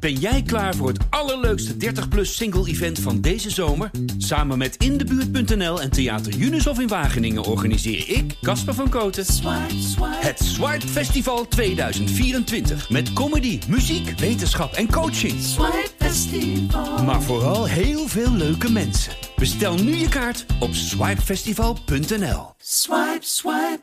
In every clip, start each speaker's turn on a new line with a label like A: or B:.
A: Ben jij klaar voor het allerleukste 30-plus single-event van deze zomer? Samen met Indebuurt.nl en Theater Junushof in Wageningen organiseer ik, Casper van Kooten, het Swipe Festival 2024. Met comedy, muziek, wetenschap en coaching. Swipe Festival. Maar vooral heel veel leuke mensen. Bestel nu je kaart op swipefestival.nl. Swipe, swipe.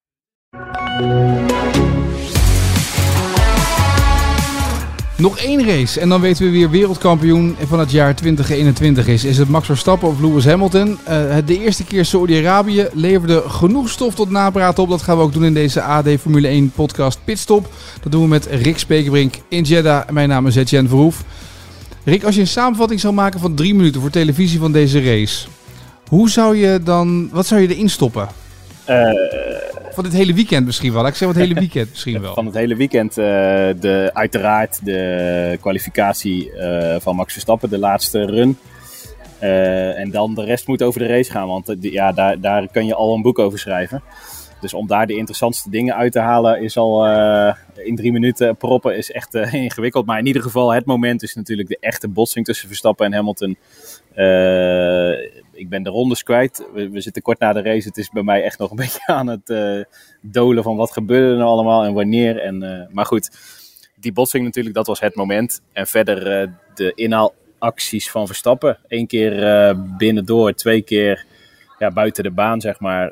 B: Nog 1 race en dan weten we wie wereldkampioen van het jaar 2021 is. Is het Max Verstappen of Lewis Hamilton? De eerste keer Saudi-Arabië leverde genoeg stof tot napraten op. Dat gaan we ook doen in deze AD Formule 1 podcast Pitstop. Dat doen we met Rick Spekerbrink in Jeddah. Mijn naam is Etienne Verhoef. Rick, als je een samenvatting zou maken van 3 minuten voor televisie van deze race, wat zou je erin stoppen? Van dit hele weekend misschien wel. Ik zeg het hele weekend misschien wel.
C: Van het hele weekend uiteraard de kwalificatie van Max Verstappen, de laatste run. En dan de rest moet over de race gaan, want daar kun je al een boek over schrijven. Dus om daar de interessantste dingen uit te halen is al in 3 minuten proppen is echt ingewikkeld. Maar in ieder geval het moment is natuurlijk de echte botsing tussen Verstappen en Hamilton. Ik ben de rondes kwijt. We zitten kort na de race. Het is bij mij echt nog een beetje aan het dolen van wat gebeurde er nou allemaal en wanneer. Maar goed, die botsing natuurlijk, dat was het moment. En verder de inhaalacties van Verstappen. 1 keer binnendoor, 2 keer buiten de baan, zeg maar.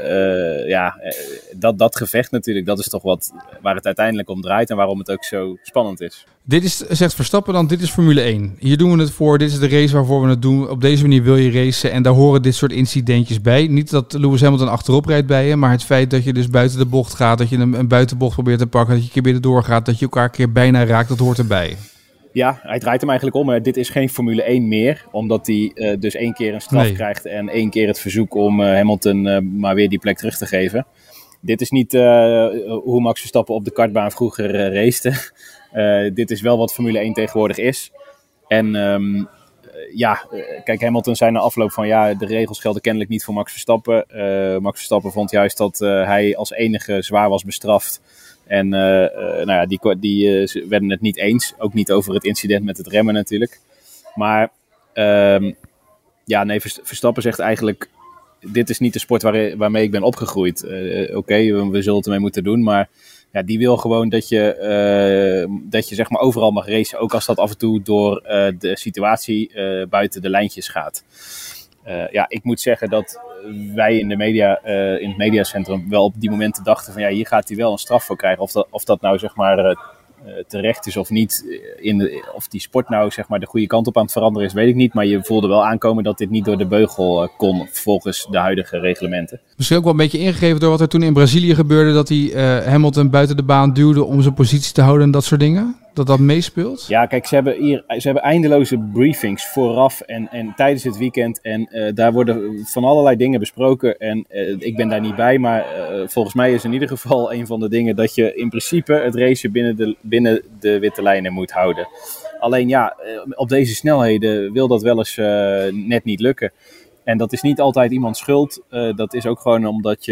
C: Dat gevecht natuurlijk, dat is toch waar het uiteindelijk om draait en waarom het ook zo spannend is.
B: Dit is, zegt Verstappen dan, dit is Formule 1. Hier doen we het voor, dit is de race waarvoor we het doen. Op deze manier wil je racen en daar horen dit soort incidentjes bij. Niet dat Lewis Hamilton achterop rijdt bij je, maar het feit dat je dus buiten de bocht gaat, dat je een buitenbocht probeert te pakken, dat je een keer binnendoor gaat, dat je elkaar een keer bijna raakt, dat hoort erbij.
C: Ja, hij draait hem eigenlijk om. Dit is geen Formule 1 meer, omdat hij dus 1 keer een straf krijgt en 1 keer het verzoek om Hamilton maar weer die plek terug te geven. Dit is niet hoe Max Verstappen op de kartbaan vroeger racete. Dit is wel wat Formule 1 tegenwoordig is. En kijk, Hamilton zei na afloop van de regels gelden kennelijk niet voor Max Verstappen. Max Verstappen vond juist dat hij als enige zwaar was bestraft. En die werden het niet eens. Ook niet over het incident met het remmen natuurlijk. Maar Verstappen zegt eigenlijk, dit is niet de sport waarmee ik ben opgegroeid. We zullen het ermee moeten doen. Maar die wil gewoon dat je zeg maar overal mag racen. Ook als dat af en toe door de situatie buiten de lijntjes gaat. Ik moet zeggen dat wij in de media, in het mediacentrum wel op die momenten dachten van hier gaat hij wel een straf voor krijgen. Of dat nou zeg maar terecht is of niet. Of die sport nou zeg maar de goede kant op aan het veranderen is, weet ik niet. Maar je voelde wel aankomen dat dit niet door de beugel kon volgens de huidige reglementen.
B: Misschien ook wel een beetje ingegeven door wat er toen in Brazilië gebeurde. Dat hij Hamilton buiten de baan duwde om zijn positie te houden en dat soort dingen. Dat meespeelt?
C: Ja, kijk, ze hebben eindeloze briefings vooraf en tijdens het weekend. En daar worden van allerlei dingen besproken. En ik ben daar niet bij, maar volgens mij is in ieder geval een van de dingen dat je in principe het racen binnen de witte lijnen moet houden. Alleen op deze snelheden wil dat wel eens net niet lukken. En dat is niet altijd iemands schuld. Dat is ook gewoon omdat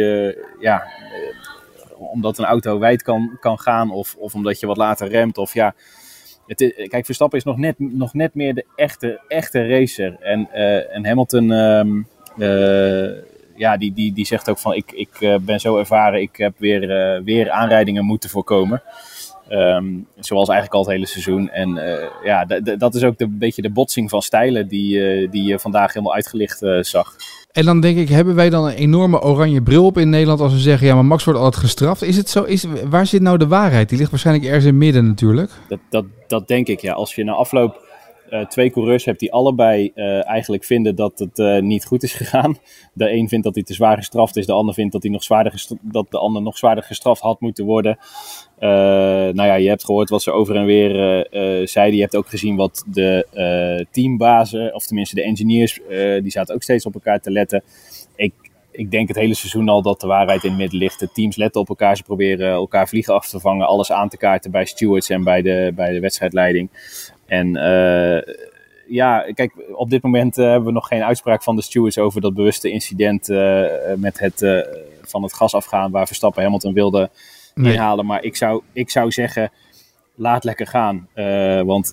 C: omdat een auto wijd kan gaan of omdat je wat later remt. Kijk, Verstappen is nog net meer de echte racer. En Hamilton, die zegt ook van ik ben zo ervaren, ik heb weer aanrijdingen moeten voorkomen. Zoals eigenlijk al het hele seizoen. En dat is ook een beetje de botsing van stijlen die je vandaag helemaal uitgelicht zag.
B: En dan denk ik, hebben wij dan een enorme oranje bril op in Nederland als we zeggen, maar Max wordt altijd gestraft. Is het zo? Waar zit nou de waarheid? Die ligt waarschijnlijk ergens in het midden natuurlijk.
C: Dat denk ik, ja. Als je na afloop 2 coureurs hebt die allebei eigenlijk vinden dat het niet goed is gegaan. De een vindt dat hij te zwaar gestraft is, de ander vindt dat dat de ander nog zwaarder gestraft had moeten worden. Je hebt gehoord wat ze over en weer zeiden. Je hebt ook gezien wat de teambazen, of tenminste de engineers, die zaten ook steeds op elkaar te letten. Ik denk het hele seizoen al dat de waarheid in het midden ligt. De teams letten op elkaar, ze proberen elkaar vliegen af te vangen, alles aan te kaarten bij stewards en bij de wedstrijdleiding. En kijk, op dit moment hebben we nog geen uitspraak van de stewards over dat bewuste incident met het van het gas afgaan waar Verstappen Hamilton wilde inhalen. Maar ik zou zeggen, laat lekker gaan. Want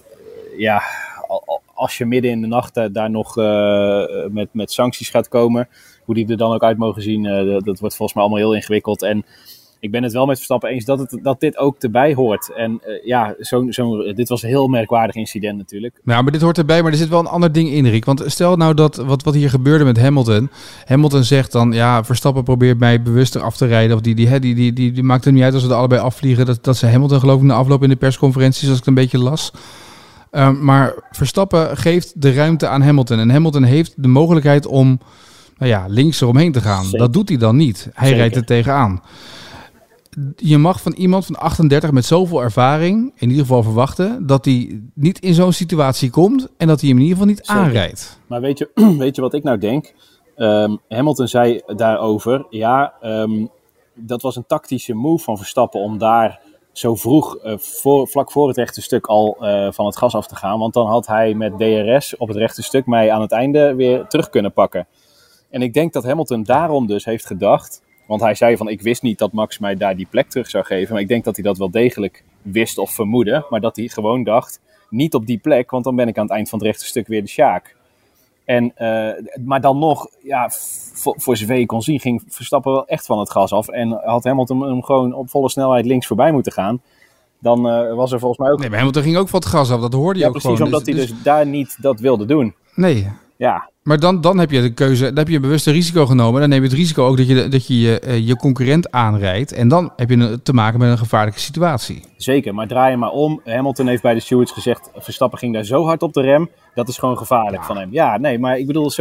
C: als je midden in de nacht daar nog met sancties gaat komen, hoe die er dan ook uit mogen zien, dat wordt volgens mij allemaal heel ingewikkeld. En ik ben het wel met Verstappen eens dat dit ook erbij hoort. En dit was een heel merkwaardig incident natuurlijk.
B: Nou, maar dit hoort erbij, maar er zit wel een ander ding in, Rick. Want stel nou dat wat hier gebeurde met Hamilton. Hamilton zegt dan, ja, Verstappen probeert mij bewuster af te rijden. Of die maakt het niet uit als we er allebei afvliegen. Dat ze Hamilton geloof ik na afloop in de persconferenties, als ik het een beetje las. Maar Verstappen geeft de ruimte aan Hamilton. En Hamilton heeft de mogelijkheid om links eromheen te gaan. Zeker. Dat doet hij dan niet. Hij rijdt er tegenaan. Je mag van iemand van 38 met zoveel ervaring in ieder geval verwachten dat hij niet in zo'n situatie komt en dat hij hem in ieder geval niet aanrijdt.
C: Maar weet je wat ik nou denk? Hamilton zei daarover, dat was een tactische move van Verstappen om daar zo vroeg, vlak voor het rechte stuk al van het gas af te gaan. Want dan had hij met DRS op het rechte stuk mij aan het einde weer terug kunnen pakken. En ik denk dat Hamilton daarom dus heeft gedacht, want hij zei van ik wist niet dat Max mij daar die plek terug zou geven. Maar ik denk dat hij dat wel degelijk wist of vermoedde. Maar dat hij gewoon dacht, niet op die plek, want dan ben ik aan het eind van het rechte stuk weer de Sjaak. Maar dan nog, voor zover je kon zien, ging Verstappen wel echt van het gas af. En had Hamilton hem gewoon op volle snelheid links voorbij moeten gaan. Dan was er volgens mij ook...
B: Nee, maar Hamilton ging ook van het gas af, dat hoorde je ook
C: precies,
B: gewoon.
C: Omdat hij dus daar niet dat wilde doen.
B: Nee.
C: Ja.
B: Maar dan heb je de keuze, dan heb je een bewuste risico genomen. Dan neem je het risico ook dat je je concurrent aanrijdt. En dan heb je te maken met een gevaarlijke situatie.
C: Zeker, maar draai je maar om. Hamilton heeft bij de stewards gezegd, Verstappen ging daar zo hard op de rem. Dat is gewoon gevaarlijk van hem. Ja, nee, maar ik bedoel,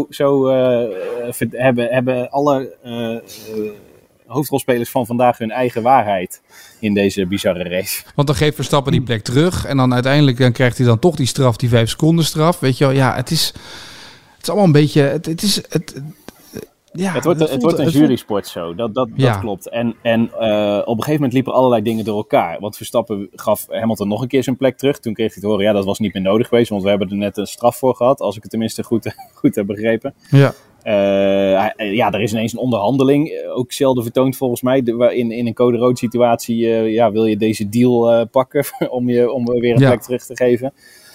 C: hebben alle hoofdrolspelers van vandaag hun eigen waarheid in deze bizarre race.
B: Want dan geeft Verstappen die plek terug. En dan uiteindelijk krijgt hij dan toch die straf, die 5 seconden straf. Weet je wel, het is allemaal een beetje...
C: Het wordt een jurysport zo, dat klopt. En op een gegeven moment liepen allerlei dingen door elkaar. Want Verstappen gaf Hamilton nog een keer zijn plek terug. Toen kreeg hij te horen, dat was niet meer nodig geweest. Want we hebben er net een straf voor gehad, als ik het tenminste goed heb begrepen.
B: Ja.
C: Er is ineens een onderhandeling, ook zelden vertoond volgens mij. In een code rood situatie wil je deze deal pakken om weer een plek terug te geven.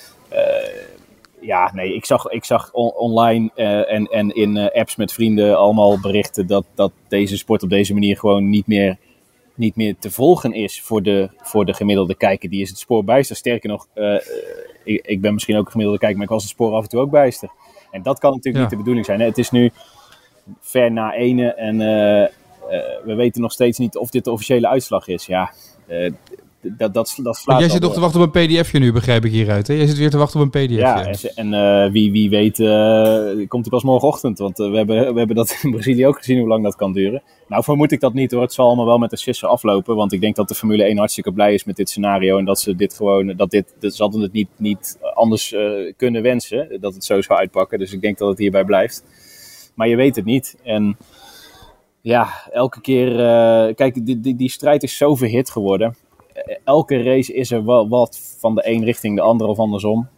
C: Ik zag online en in apps met vrienden allemaal berichten dat deze sport op deze manier gewoon niet meer te volgen is voor de gemiddelde kijker. Die is het spoor bijster. Sterker nog, ik ben misschien ook een gemiddelde kijker, maar ik was het spoor af en toe ook bijster. En dat kan natuurlijk niet de bedoeling zijn. Hè? Het is nu ver na ene en we weten nog steeds niet of dit de officiële uitslag is. Ja, dat slaat.
B: Jij zit toch te wachten op een pdfje nu, begrijp ik hieruit. Hè? Jij zit weer te wachten op een pdfje.
C: Ja, en wie weet komt hij pas morgenochtend. Want we hebben dat in Brazilië ook gezien hoe lang dat kan duren. Nou, vermoed ik dat niet hoor. Het zal allemaal wel met de sisser aflopen. Want ik denk dat de Formule 1 hartstikke blij is met dit scenario. En dat ze dit gewoon, ze hadden het niet anders kunnen wensen. Dat het zo zou uitpakken. Dus ik denk dat het hierbij blijft. Maar je weet het niet. En ja, elke keer... kijk, die strijd is zo verhit geworden. Elke race is er wel wat van de een richting de andere of andersom.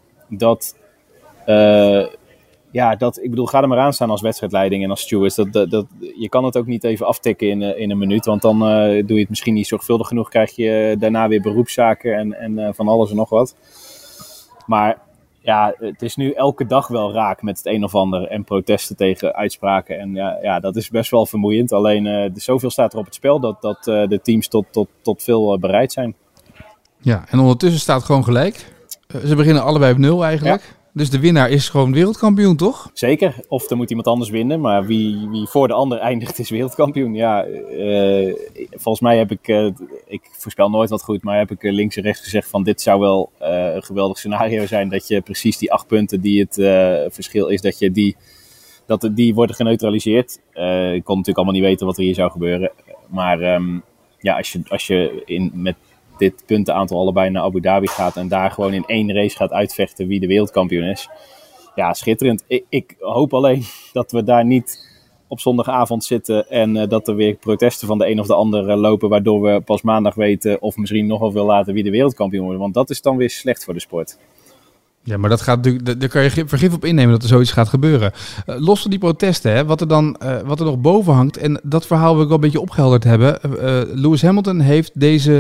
C: Ik bedoel, ga er maar aan staan als wedstrijdleiding en als stewards. Je kan het ook niet even aftikken in een minuut, want dan doe je het misschien niet zorgvuldig genoeg. Krijg je daarna weer beroepszaken en van alles en nog wat. Maar ja, het is nu elke dag wel raak met het een of ander en protesten tegen uitspraken. En ja, dat is best wel vermoeiend. Alleen zoveel staat er op het spel dat de teams tot veel bereid zijn.
B: Ja, en ondertussen staat het gewoon gelijk. Ze beginnen allebei op 0 eigenlijk. Ja. Dus de winnaar is gewoon wereldkampioen, toch?
C: Zeker. Of er moet iemand anders winnen. Maar wie voor de ander eindigt is wereldkampioen. Ja, volgens mij heb ik voorspel nooit wat goed, maar heb ik links en rechts gezegd van dit zou wel een geweldig scenario zijn. Dat je precies die 8 punten die het verschil is, dat die worden geneutraliseerd. Ik kon natuurlijk allemaal niet weten wat er hier zou gebeuren. Maar als je met dit puntenaantal allebei naar Abu Dhabi gaat en daar gewoon in 1 race gaat uitvechten wie de wereldkampioen is. Ja, schitterend. Ik hoop alleen dat we daar niet op zondagavond zitten en dat er weer protesten van de een of de ander lopen, waardoor we pas maandag weten of misschien nog wel veel later wie de wereldkampioen wordt. Want dat is dan weer slecht voor de sport.
B: Ja, maar dat gaat natuurlijk, daar kan je vergif op innemen dat er zoiets gaat gebeuren. Los van die protesten, hè, wat er nog boven hangt, en dat verhaal wil ik wel een beetje opgehelderd hebben. Lewis Hamilton heeft deze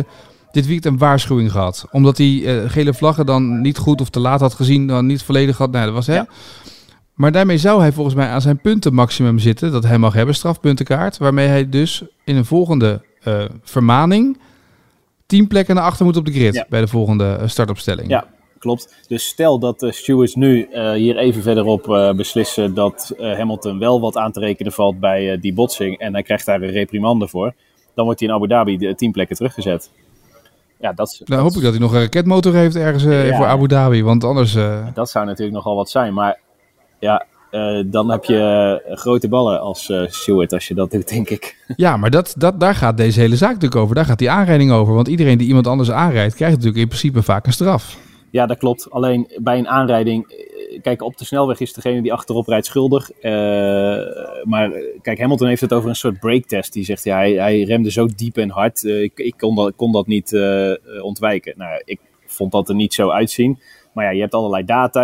B: dit weekend een waarschuwing gehad. Omdat hij gele vlaggen dan niet goed of te laat had gezien, dan niet volledig had. Nou, dat was hè. Ja. Maar daarmee zou hij volgens mij aan zijn puntenmaximum zitten, dat hij mag hebben, strafpuntenkaart. Waarmee hij dus in een volgende vermaning 10 plekken naar achter moet op de grid bij de volgende startopstelling.
C: Ja, klopt. Dus stel dat de stewards nu hier even verderop beslissen dat Hamilton wel wat aan te rekenen valt bij die botsing en hij krijgt daar een reprimande voor, dan wordt hij in Abu Dhabi de 10 plekken teruggezet. Ja,
B: dan hoop ik dat hij nog een raketmotor heeft ergens voor Abu Dhabi, want anders...
C: Dat zou natuurlijk nogal wat zijn, maar ja, dan heb je grote ballen als steward als je dat doet, denk ik.
B: Ja, maar daar gaat deze hele zaak natuurlijk over. Daar gaat die aanrijding over. Want iedereen die iemand anders aanrijdt, krijgt natuurlijk in principe vaak een straf.
C: Ja, dat klopt. Alleen bij een aanrijding... Kijk, op de snelweg is degene die achterop rijdt schuldig. Maar kijk, Hamilton heeft het over een soort breaktest. Die zegt, ja, hij remde zo diep en hard. Ik kon dat niet ontwijken. Nou, ik vond dat er niet zo uitzien. Maar ja, je hebt allerlei data.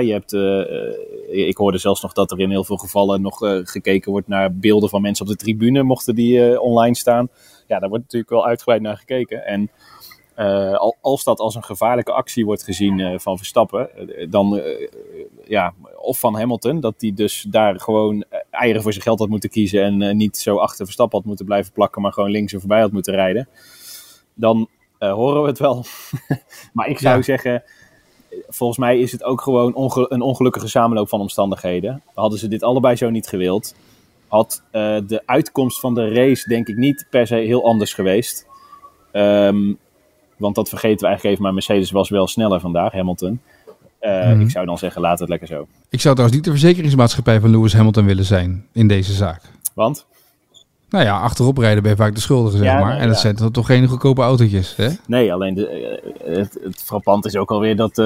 C: Ik hoorde zelfs nog dat er in heel veel gevallen nog gekeken wordt naar beelden van mensen op de tribune, mochten die online staan. Ja, daar wordt natuurlijk wel uitgebreid naar gekeken. En als dat als een gevaarlijke actie wordt gezien van Verstappen, dan of van Hamilton, dat hij dus daar gewoon eieren voor zijn geld had moeten kiezen en niet zo achter Verstappen had moeten blijven plakken, maar gewoon links en voorbij had moeten rijden, dan horen we het wel. Maar ik zou zeggen, volgens mij is het ook gewoon een ongelukkige samenloop van omstandigheden. Hadden ze dit allebei zo niet gewild, had de uitkomst van de race denk ik niet per se heel anders geweest. Want dat vergeten we eigenlijk even, maar Mercedes was wel sneller vandaag, Hamilton. Ik zou dan zeggen, laat het lekker zo.
B: Ik zou trouwens niet de verzekeringsmaatschappij van Lewis Hamilton willen zijn in deze zaak.
C: Want?
B: Nou ja, achterop rijden ben je vaak de schuldige, zeg maar. En dat zijn toch geen goedkope autootjes, hè?
C: Nee, alleen het frappant is ook alweer dat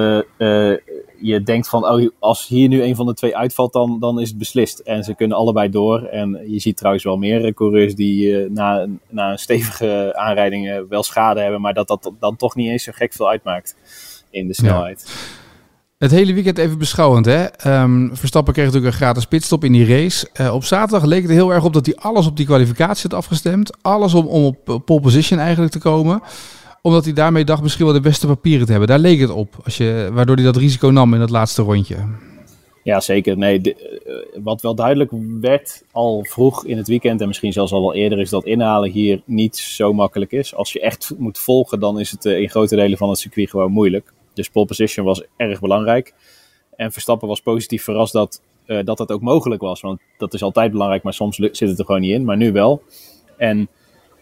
C: je denkt van, als hier nu een van de twee uitvalt, dan is het beslist. En ze kunnen allebei door. En je ziet trouwens wel meer coureurs die na een stevige aanrijding wel schade hebben, maar dat dan toch niet eens zo gek veel uitmaakt in de snelheid.
B: Ja. Het hele weekend even beschouwend, hè. Verstappen kreeg natuurlijk een gratis pitstop in die race. Op zaterdag leek het er heel erg op dat hij alles op die kwalificatie had afgestemd. Alles om op pole position eigenlijk te komen. Omdat hij daarmee dacht misschien wel de beste papieren te hebben. Daar leek het op, waardoor hij dat risico nam in dat laatste rondje.
C: Ja, zeker. Nee, wat wel duidelijk werd al vroeg in het weekend en misschien zelfs al wel eerder, is dat inhalen hier niet zo makkelijk is. Als je echt moet volgen, dan is het in grote delen van het circuit gewoon moeilijk. Dus pole position was erg belangrijk. En Verstappen was positief verrast dat ook mogelijk was. Want dat is altijd belangrijk, maar soms zit het er gewoon niet in. Maar nu wel. En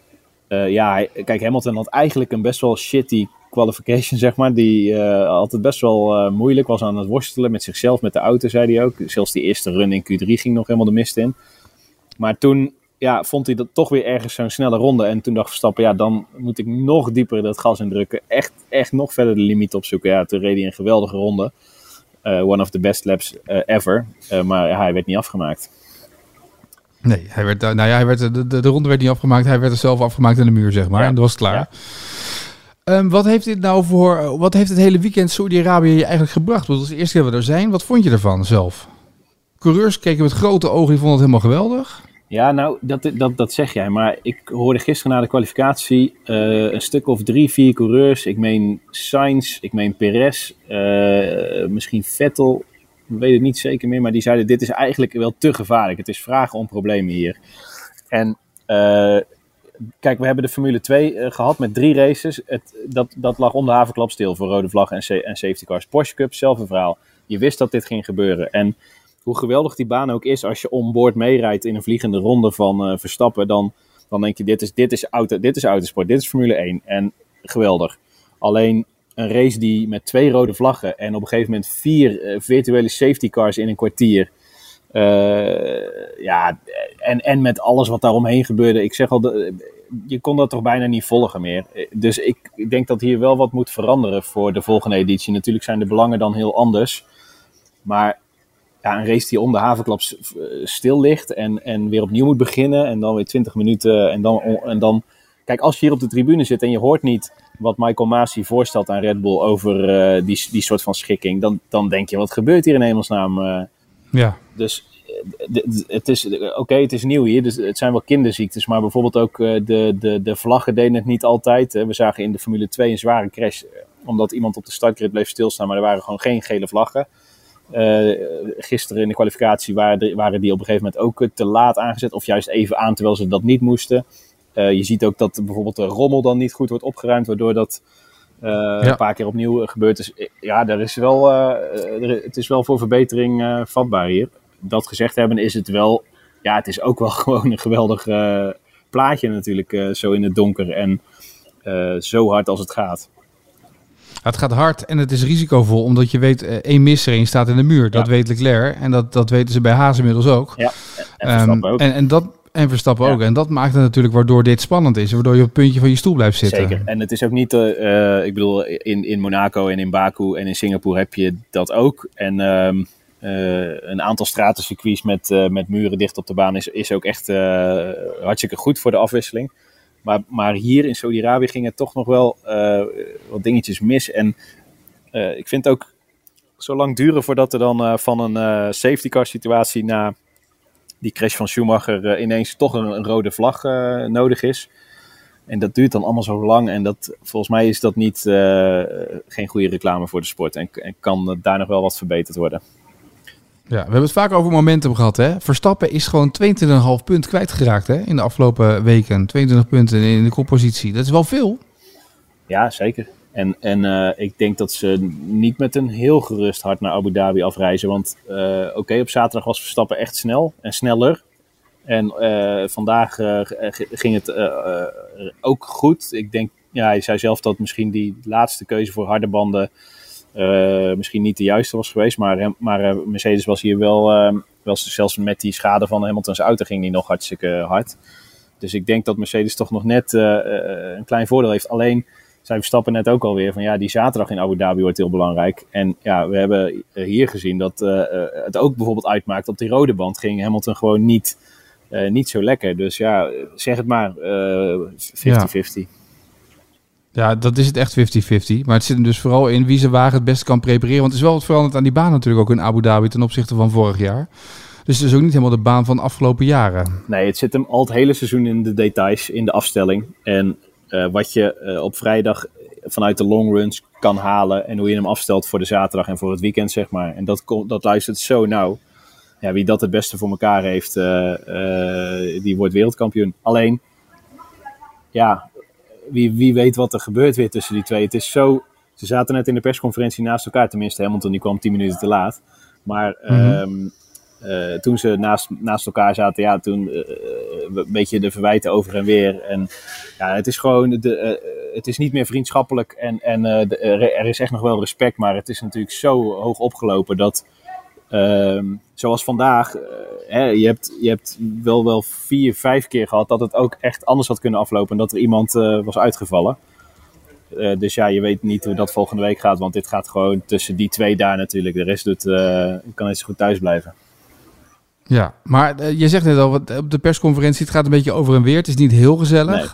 C: kijk, Hamilton had eigenlijk een best wel shitty qualification, zeg maar. Die altijd best wel moeilijk was aan het worstelen met zichzelf, met de auto, zei hij ook. Zelfs die eerste run in Q3 ging nog helemaal de mist in. Maar toen vond hij dat toch weer ergens zo'n snelle ronde. En toen dacht Verstappen, dan moet ik nog dieper dat gas indrukken. Echt nog verder de limiet opzoeken. Ja, toen reed hij een geweldige ronde. One of the best laps ever. Maar hij werd niet afgemaakt.
B: Nee, de ronde werd niet afgemaakt. Hij werd er zelf afgemaakt in de muur, zeg maar. Ja. En dat was klaar. Ja. Wat heeft het hele weekend Saudi-Arabië je eigenlijk gebracht? Dat was de eerste keer dat we er zijn. Wat vond je ervan zelf? Coureurs keken met grote ogen, die vonden het helemaal geweldig.
C: Ja, nou, dat zeg jij. Maar ik hoorde gisteren na de kwalificatie een stuk of 3-4 coureurs. Ik meen Sainz, ik meen Perez, misschien Vettel. Ik weet het niet zeker meer, maar die zeiden, dit is eigenlijk wel te gevaarlijk. Het is vragen om problemen hier. En kijk, we hebben de Formule 2 gehad met 3 races. Dat lag om de havenklap stil voor rode vlag en safety cars. Porsche Cup, zelfde verhaal. Je wist dat dit ging gebeuren. En hoe geweldig die baan ook is, als je onboord meerijdt in een vliegende ronde van Verstappen, dan denk je, dit is autosport, dit is Formule 1 en geweldig. Alleen een race die met 2 rode vlaggen en op een gegeven moment 4 virtuele safety cars in een kwartier. En met alles wat daaromheen gebeurde. Ik zeg al, je kon dat toch bijna niet volgen meer. Dus ik denk dat hier wel wat moet veranderen voor de volgende editie. Natuurlijk zijn de belangen dan heel anders. Maar een race die om de havenklap stil ligt en weer opnieuw moet beginnen en dan weer 20 minuten en dan... Kijk, als je hier op de tribune zit en je hoort niet wat Michael Masi voorstelt aan Red Bull over die soort van schikking, dan denk je, wat gebeurt hier in hemelsnaam?
B: Ja.
C: Dus het is nieuw hier, dus het zijn wel kinderziektes, maar bijvoorbeeld ook de vlaggen deden het niet altijd. We zagen in de Formule 2 een zware crash, omdat iemand op de startgrid bleef stilstaan, maar er waren gewoon geen gele vlaggen. Gisteren in de kwalificatie waren die op een gegeven moment ook te laat aangezet, of juist even aan terwijl ze dat niet moesten. Je ziet ook dat bijvoorbeeld de rommel dan niet goed wordt opgeruimd, waardoor dat een paar keer opnieuw gebeurt. Dus daar is wel, het is wel voor verbetering vatbaar hier. Dat gezegd hebben is het wel, het is ook wel gewoon een geweldig plaatje natuurlijk, zo in het donker en zo hard als het gaat.
B: Het gaat hard en het is risicovol, omdat je weet, 1 mis er 1 staat in de muur. Dat weet Leclerc en dat weten ze bij Haas inmiddels ook.
C: Ja, en Verstappen ook.
B: En Verstappen ook. En dat maakt het natuurlijk waardoor dit spannend is. Waardoor je op het puntje van je stoel blijft zitten.
C: Zeker. En het is ook niet... ik bedoel, in Monaco en in Baku en in Singapore heb je dat ook. En een aantal stratencircuits met muren dicht op de baan is ook echt hartstikke goed voor de afwisseling. Maar hier in Saudi-Arabië ging het toch nog wel wat dingetjes mis. En ik vind het ook zo lang duren voordat er dan van een safety car situatie na die crash van Schumacher ineens toch een rode vlag nodig is. En dat duurt dan allemaal zo lang. En volgens mij is dat geen goede reclame voor de sport. En kan daar nog wel wat verbeterd worden.
B: Ja, we hebben het vaak over momentum gehad. Hè? Verstappen is gewoon 22,5 punten kwijtgeraakt in de afgelopen weken. 22 punten in de koppositie. Dat is wel veel.
C: Ja, zeker. En ik denk dat ze niet met een heel gerust hart naar Abu Dhabi afreizen. Want op zaterdag was Verstappen echt snel en sneller. En vandaag ging het ook goed. Ik denk, hij zei zelf dat misschien die laatste keuze voor harde banden misschien niet de juiste was geweest. Maar Mercedes was hier wel zelfs met die schade van Hamilton's auto ging die nog hartstikke hard. Dus ik denk dat Mercedes toch nog net een klein voordeel heeft. Alleen zij Verstappen net ook alweer van die zaterdag in Abu Dhabi wordt heel belangrijk. En we hebben hier gezien dat het ook bijvoorbeeld uitmaakt. Op die rode band ging Hamilton gewoon niet zo lekker. Dus zeg het maar, 50-50.
B: Ja, dat is het echt 50-50. Maar het zit hem dus vooral in wie zijn wagen het beste kan prepareren. Want het is wel wat veranderd aan die baan natuurlijk ook in Abu Dhabi ten opzichte van vorig jaar. Dus het is ook niet helemaal de baan van de afgelopen jaren.
C: Nee, het zit hem al het hele seizoen in de details, in de afstelling. En wat je op vrijdag vanuit de longruns kan halen en hoe je hem afstelt voor de zaterdag en voor het weekend, zeg maar. En dat luistert zo nauw. Ja, wie dat het beste voor elkaar heeft, die wordt wereldkampioen. Alleen, wie weet wat er gebeurt weer tussen die twee. Het is zo, ze zaten net in de persconferentie naast elkaar, tenminste Hamilton die kwam 10 minuten te laat. Maar toen ze naast elkaar zaten, toen een beetje de verwijten over en weer. En het is gewoon, het is niet meer vriendschappelijk en er is echt nog wel respect, maar het is natuurlijk zo hoog opgelopen dat, zoals vandaag, je hebt wel 4-5 keer gehad dat het ook echt anders had kunnen aflopen en dat er iemand was uitgevallen. Dus je weet niet hoe dat volgende week gaat, want dit gaat gewoon tussen die twee daar natuurlijk. De rest kan net zo goed thuis blijven.
B: Ja, maar je zegt net al, op de persconferentie, het gaat een beetje over en weer. Het is niet heel gezellig.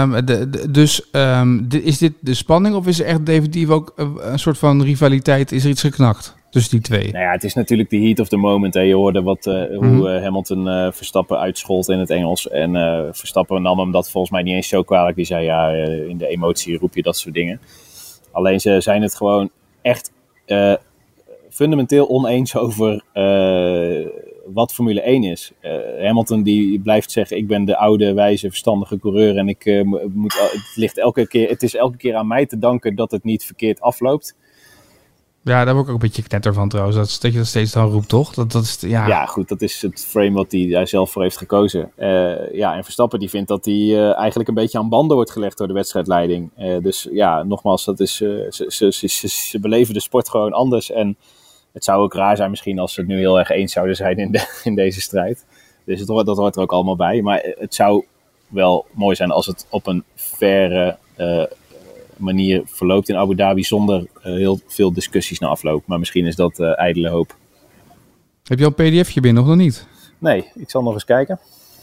B: Nee. Is dit de spanning of is er echt definitief ook een soort van rivaliteit? Is er iets geknakt tussen die twee?
C: Nou ja, het is natuurlijk de heat of the moment. Hè. Je hoorde hoe Hamilton Verstappen uitschold in het Engels. En Verstappen nam hem dat volgens mij niet eens zo kwalijk. Die zei, in de emotie roep je dat soort dingen. Alleen ze zijn het gewoon echt fundamenteel oneens over wat Formule 1 is. Hamilton die blijft zeggen, ik ben de oude, wijze, verstandige coureur en het is elke keer aan mij te danken dat het niet verkeerd afloopt.
B: Ja, daar word ik ook een beetje knetter van trouwens, dat je dat steeds dan roept, toch? Dat is,
C: ja, goed, dat is het frame wat hij zelf voor heeft gekozen. En Verstappen die vindt dat hij eigenlijk een beetje aan banden wordt gelegd door de wedstrijdleiding. Dus nogmaals, dat is, ze beleven de sport gewoon anders en het zou ook raar zijn misschien als ze het nu heel erg eens zouden zijn in deze strijd. Dus dat hoort er ook allemaal bij. Maar het zou wel mooi zijn als het op een faire manier verloopt in Abu Dhabi zonder heel veel discussies na afloop. Maar misschien is dat ijdele hoop.
B: Heb je al een pdfje binnen of nog niet?
C: Nee, ik zal nog eens kijken.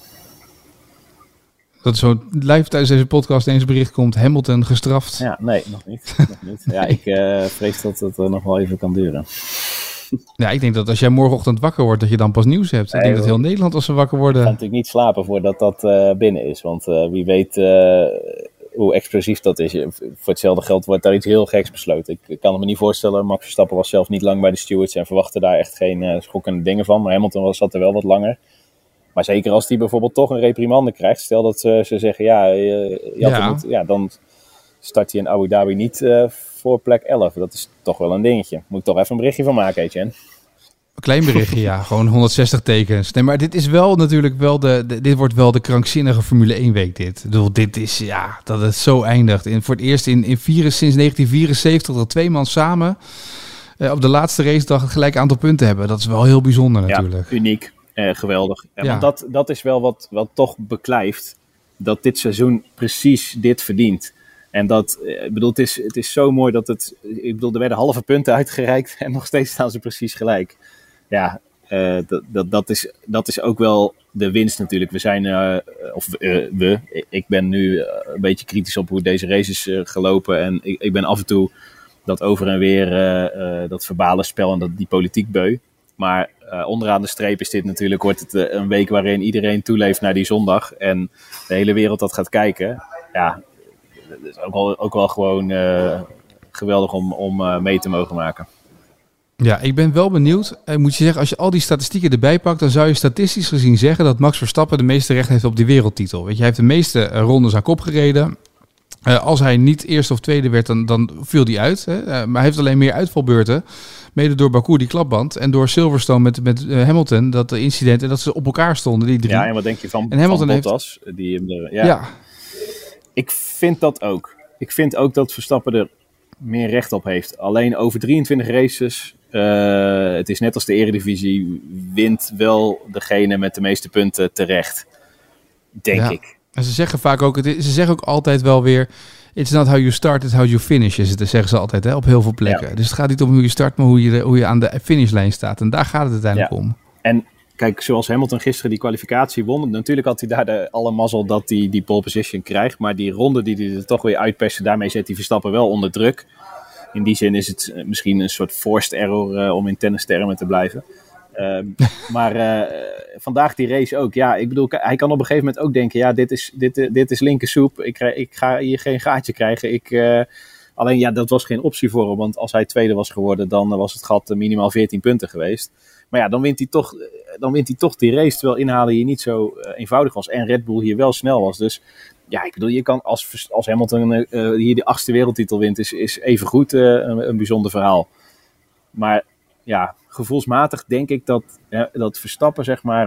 B: Dat zo live tijdens deze podcast eens bericht komt, Hamilton gestraft.
C: Ja, nee, nog niet. Ja, ik vrees dat het nog wel even kan duren.
B: Ja, ik denk dat als jij morgenochtend wakker wordt, dat je dan pas nieuws hebt. Ik denk dat heel Nederland, als ze wakker worden...
C: Ik ga natuurlijk niet slapen voordat dat binnen is. Want wie weet hoe explosief dat is. Voor hetzelfde geld wordt daar iets heel geks besloten. Ik kan het me niet voorstellen. Max Verstappen was zelf niet lang bij de stewards en verwachtte daar echt geen schokkende dingen van. Maar Hamilton zat er wel wat langer. Maar zeker als hij bijvoorbeeld toch een reprimande krijgt. Stel dat ze zeggen, dan start hij in Abu Dhabi niet voor plek 11. Dat is toch wel een dingetje. Moet ik toch even een berichtje van maken, Etienne.
B: Een klein berichtje, ja. Gewoon 160 tekens. Nee, maar dit is wel natuurlijk wel dit wordt wel de krankzinnige Formule 1 week dit. Ik bedoel, dit is, dat het zo eindigt. Voor het eerst sinds 1974 dat 2 man samen op de laatste racedag het gelijk aantal punten hebben. Dat is wel heel bijzonder natuurlijk.
C: Ja, uniek. Geweldig. Want dat is wel wat toch beklijft. Dat dit seizoen precies dit verdient. En dat, het is zo mooi dat er werden halve punten uitgereikt en nog steeds staan ze precies gelijk. Ja, dat is ook wel de winst natuurlijk. We zijn, ik ben nu een beetje kritisch op hoe deze race is gelopen. En ik ben af en toe dat over en weer, dat verbale spel en die politiek beu. Maar onderaan de streep wordt het een week waarin iedereen toeleeft naar die zondag. En de hele wereld dat gaat kijken. Ja, dat is ook wel gewoon geweldig om mee te mogen maken.
B: Ja, ik ben wel benieuwd. Moet je zeggen, als je al die statistieken erbij pakt, dan zou je statistisch gezien zeggen dat Max Verstappen de meeste recht heeft op die wereldtitel. Weet je, hij heeft de meeste rondes aan kop gereden. Als hij niet eerste of tweede werd, dan viel hij uit. Hè? Maar hij heeft alleen meer uitvalbeurten. Mede door Baku, die klapband. En door Silverstone met Hamilton, dat incident. En dat ze op elkaar stonden, die 3.
C: Ja, en wat denk je van Bottas? Ik vind dat ook. Ik vind ook dat Verstappen er meer recht op heeft. Alleen over 23 races, het is net als de Eredivisie, wint wel degene met de meeste punten terecht. Denk ik.
B: En ze zeggen vaak ook, ze zeggen ook altijd wel weer, it's not how you start, it's how you finish. Dat zeggen ze altijd, hè, op heel veel plekken. Ja. Dus het gaat niet om hoe je start, maar hoe je aan de finishlijn staat. En daar gaat het uiteindelijk om.
C: En kijk, zoals Hamilton gisteren die kwalificatie won. Natuurlijk had hij daar alle mazzel dat hij die pole position krijgt. Maar die ronde die hij er toch weer uitperste, daarmee zet hij Verstappen wel onder druk. In die zin is het misschien een soort forced error om in tennistermen te blijven. Maar vandaag die race ook. Ja, ik bedoel, hij kan op een gegeven moment ook denken, dit is linkersoep. Ik ga hier geen gaatje krijgen. Alleen dat was geen optie voor hem. Want als hij tweede was geworden, dan was het gat minimaal 14 punten geweest. Maar ja, dan wint hij toch die race. Terwijl inhalen hier niet zo eenvoudig was. En Red Bull hier wel snel was. Dus ja, ik bedoel, je kan als Hamilton hier de 8e wereldtitel wint, is even goed een bijzonder verhaal. Maar ja, gevoelsmatig denk ik dat Verstappen, zeg maar,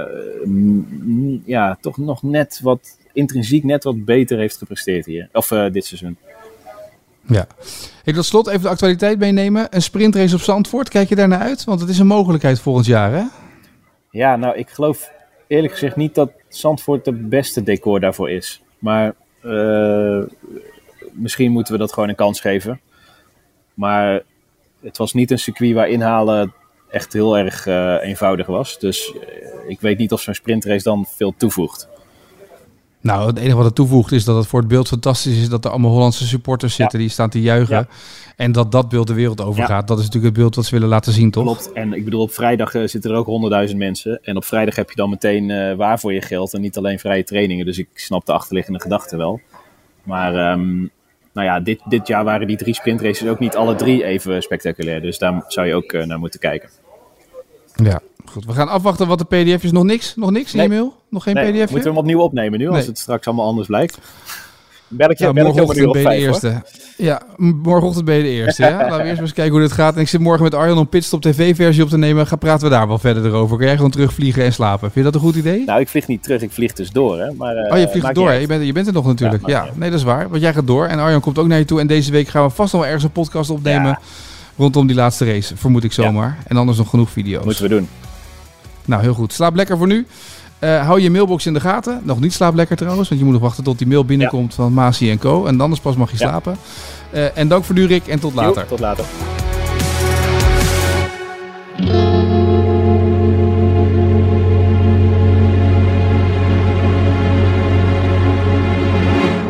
C: toch nog net wat intrinsiek net wat beter heeft gepresteerd hier. Of dit seizoen.
B: Ja. Ik wil tot slot even de actualiteit meenemen. Een sprintrace op Zandvoort. Kijk je daar naar uit? Want het is een mogelijkheid volgend jaar, hè? Ja, nou, ik geloof eerlijk gezegd niet dat Zandvoort het beste decor daarvoor is. Maar misschien moeten we dat gewoon een kans geven. Maar het was niet een circuit waar inhalen echt heel erg eenvoudig was. Dus ik weet niet of zo'n sprintrace dan veel toevoegt. Nou, het enige wat het toevoegt is dat het voor het beeld fantastisch is dat er allemaal Hollandse supporters zitten die staan te juichen. Ja. En dat beeld de wereld overgaat. Ja. Dat is natuurlijk het beeld wat ze willen laten zien, toch? Klopt. En ik bedoel, op vrijdag zitten er ook 100.000 mensen. En op vrijdag heb je dan meteen waar voor je geld en niet alleen vrije trainingen. Dus ik snap de achterliggende gedachte wel. Maar dit jaar waren die 3 sprintraces ook niet alle 3 even spectaculair. Dus daar zou je ook naar moeten kijken. Ja. Goed, we gaan afwachten wat de pdf is. Nog niks in je mail? Nog geen pdf? Moeten we hem opnieuw opnemen nu, als het straks allemaal anders blijkt? Morgenochtend ben je de eerste. Ja, morgenochtend ben je de eerste. Ja? Laten we eerst eens kijken hoe dit gaat. En ik zit morgen met Arjan om Pitstop TV-versie op te nemen. Praten we daar wel verder over. Kan jij gewoon terugvliegen en slapen? Vind je dat een goed idee? Nou, ik vlieg niet terug. Ik vlieg dus door. Hè? Maar, je vliegt door. Je bent er nog natuurlijk. Ja, nee, dat is waar. Want jij gaat door. En Arjan komt ook naar je toe. En deze week gaan we vast nog wel ergens een podcast opnemen. Ja. Rondom die laatste race, vermoed ik zomaar. Ja. En anders nog genoeg video's. Moeten we doen. Nou, heel goed. Slaap lekker voor nu. Hou je mailbox in de gaten. Nog niet slaap lekker trouwens, want je moet nog wachten tot die mail binnenkomt van Masi en Co. En anders pas mag je slapen. En dank voor nu, Rick. En tot later. Jo, tot later.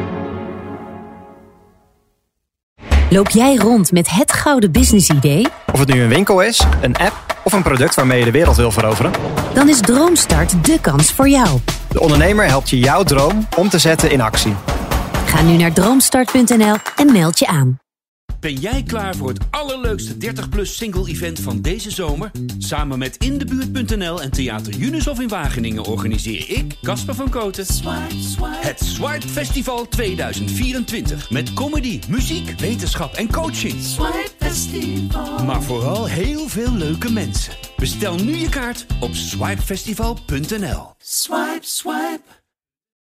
D: Loop jij rond met het gouden business idee? Of het nu een winkel is, een app of een product waarmee je de wereld wil veroveren.
E: Dan is Droomstart de kans voor jou.
D: De ondernemer helpt je jouw droom om te zetten in actie.
E: Ga nu naar droomstart.nl en meld je aan.
A: Ben jij klaar voor het allerleukste 30-plus single-event van deze zomer? Samen met Indebuurt.nl en Theater Junushof in Wageningen organiseer ik, Casper van Koten, het Swipe Festival 2024. Met comedy, muziek, wetenschap en coaching. Swipe Festival. Maar vooral heel veel leuke mensen. Bestel nu je kaart op swipefestival.nl. Swipe, swipe.